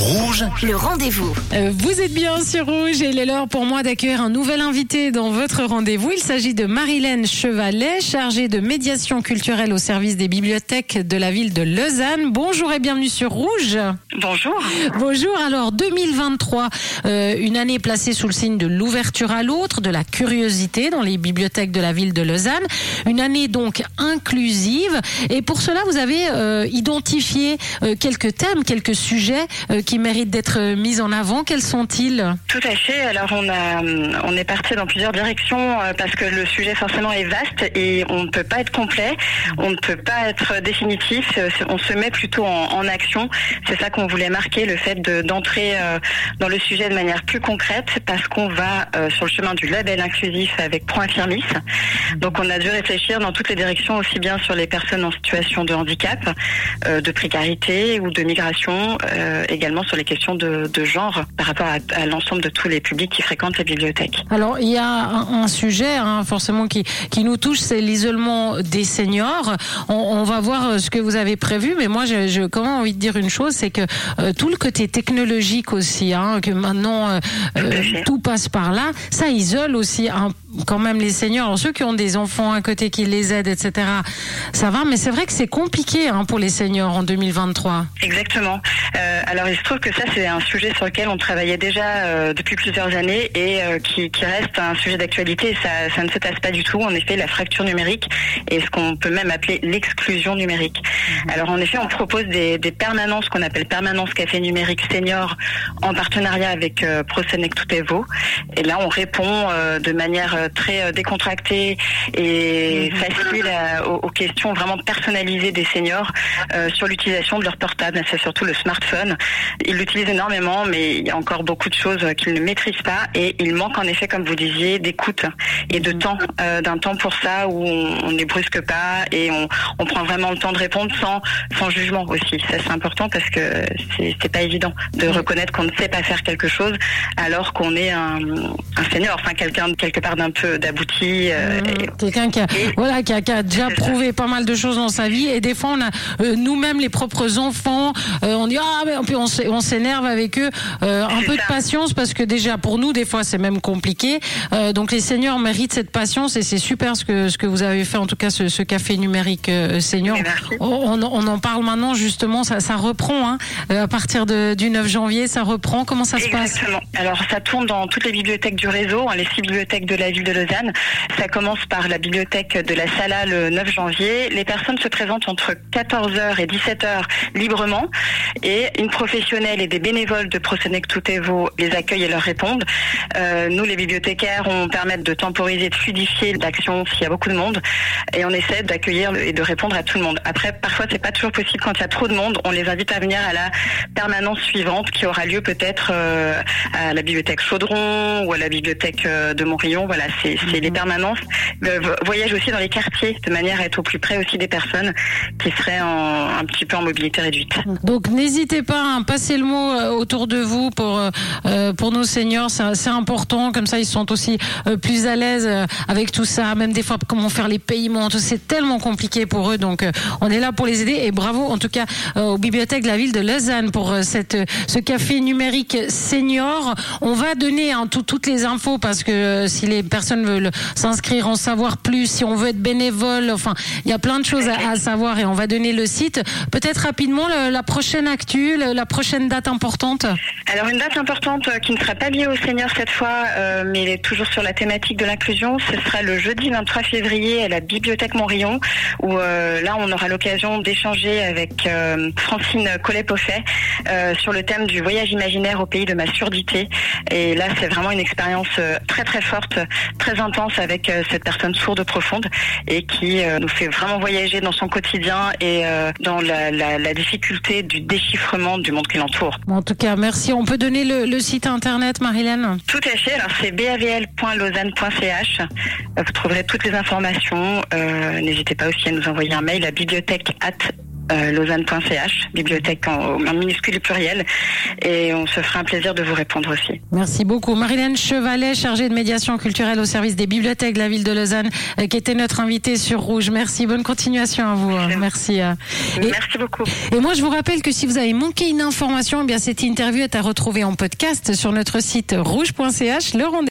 Rouge, le rendez-vous. Vous êtes bien sur Rouge et il est l'heure pour moi d'accueillir un nouvel invité dans votre rendez-vous. Il s'agit de Marilène Chevalet, chargée de médiation culturelle au service des bibliothèques de la ville de Lausanne. Bonjour et bienvenue sur Rouge. Bonjour. Bonjour. Alors 2023, une année placée sous le signe de l'ouverture à l'autre, de la curiosité dans les bibliothèques de la ville de Lausanne. Une année donc inclusive. Et pour cela, vous avez identifié quelques thèmes, quelques sujets qui méritent d'être mis en avant. Quels sont-ils ? Tout à fait. Alors on est parti dans plusieurs directions parce que le sujet forcément est vaste et on ne peut pas être complet, on ne peut pas être définitif. On se met plutôt en action. C'est ça qu'on voulait marquer, le fait d'entrer dans le sujet de manière plus concrète parce qu'on va sur le chemin du label inclusif avec Pro Infirmis. Donc on a dû réfléchir dans toutes les directions, aussi bien sur les personnes en situation de handicap, de précarité ou de migration, également sur les questions de genre par rapport à l'ensemble de tous les publics qui fréquentent les bibliothèques. Alors il y a un sujet forcément qui nous touche, c'est l'isolement des seniors. On va voir ce que vous avez prévu, mais moi j'ai quand même envie de dire une chose, c'est que tout le côté technologique aussi, que maintenant tout passe par là, ça isole aussi quand même les seniors. Alors, ceux qui ont des enfants à côté qui les aident, etc., ça va, mais c'est vrai que c'est compliqué pour les seniors en 2023. Exactement. Alors il se trouve que ça c'est un sujet sur lequel on travaillait déjà depuis plusieurs années et qui reste un sujet d'actualité. Ça ne se tasse pas du tout. En effet, la fracture numérique et ce qu'on peut même appeler l'exclusion numérique. Alors en effet, on propose des permanences qu'on appelle permanences café numérique senior en partenariat avec ProSenec Tout Evo. Et là, on répond de manière très décontractée et facile aux questions vraiment personnalisées des seniors sur l'utilisation de leur portable. C'est surtout le smartphone. Ils l'utilisent énormément, mais il y a encore beaucoup de choses qu'ils ne maîtrisent pas et il manque en effet, comme vous disiez, d'écoute et de temps, d'un temps pour ça où on ne brusque pas et on prend vraiment le temps de répondre sans jugement aussi. Ça c'est important parce que c'est pas évident de reconnaître qu'on ne sait pas faire quelque chose alors qu'on est un senior, enfin quelqu'un quelque part d'un peu d'abouti. Quelqu'un qui a déjà prouvé pas mal de choses dans sa vie et des fois on a nous-mêmes les propres enfants, on dit mais puis on s'énerve avec eux. Un peu de patience parce que déjà pour nous des fois c'est même compliqué. Donc les seniors méritent cette patience et c'est super ce que vous avez fait, en tout cas ce café numérique senior. On en parle maintenant justement, ça reprend à partir du 9 janvier, ça reprend. Comment ça se passe ? Exactement. Alors ça tourne dans toutes les bibliothèques du réseau, les 6 bibliothèques de la ville de Lausanne. Ça commence par la bibliothèque de la Sala le 9 janvier. Les personnes se présentent entre 14h et 17h librement et une professionnelle et des bénévoles de ProSenec Tout Evo les accueillent et leur répondent. Nous, les bibliothécaires, on permet de temporiser, de fluidifier l'action s'il y a beaucoup de monde et on essaie d'accueillir et de répondre à tout le monde. Après, parfois, c'est pas toujours possible quand il y a trop de monde. On les invite à venir à la permanence suivante qui aura lieu peut-être à la bibliothèque Chaudron ou à la bibliothèque de Montrion. Voilà, c'est les permanences. Voyage aussi dans les quartiers de manière à être au plus près aussi des personnes qui seraient un petit peu en mobilité réduite. Donc n'hésitez pas à passer le mot autour de vous pour nos seniors, c'est important, comme ça ils sont aussi plus à l'aise avec tout ça, même des fois comment faire les paiements, tout c'est tellement compliqué pour eux, donc on est là pour les aider et bravo en tout cas aux bibliothèques de la ville de Lausanne pour ce café numérique senior. On va donner toutes les infos parce que si les personnes veulent s'inscrire, en savoir plus, si on veut être bénévole, enfin il y a plein de choses à savoir et on va donner le site. Peut-être rapidement la prochaine actu, la prochaine date importante. Alors une date importante qui ne sera pas liée aux seniors cette fois, mais elle est toujours sur la thématique de l'inclusion, ce sera le jeudi 23 février à la bibliothèque Montrion, où là on aura l'occasion d'échanger avec Francine Collet-Poffet sur le thème du voyage imaginaire au pays de ma surdité. Et là c'est vraiment une expérience très très forte, très intense avec cette personne sourde profonde et qui nous fait vraiment voyager dans son quotidien et dans la difficulté du déchiffrement du monde qui l'entoure. En tout cas, merci. On peut donner le site internet, Marilène ? Tout à fait. Alors c'est bavl.lausanne.ch. Vous trouverez toutes les informations. N'hésitez pas aussi à nous envoyer un mail à bibliothèque@ lausanne.ch, bibliothèque en minuscule et pluriel, et on se fera un plaisir de vous répondre aussi. Merci beaucoup. Marilène Chevalet, chargée de médiation culturelle au service des bibliothèques de la ville de Lausanne, qui était notre invitée sur Rouge. Merci, bonne continuation à vous. Merci. Merci beaucoup. Et moi, je vous rappelle que si vous avez manqué une information, eh bien cette interview est à retrouver en podcast sur notre site rouge.ch. Le rendez-vous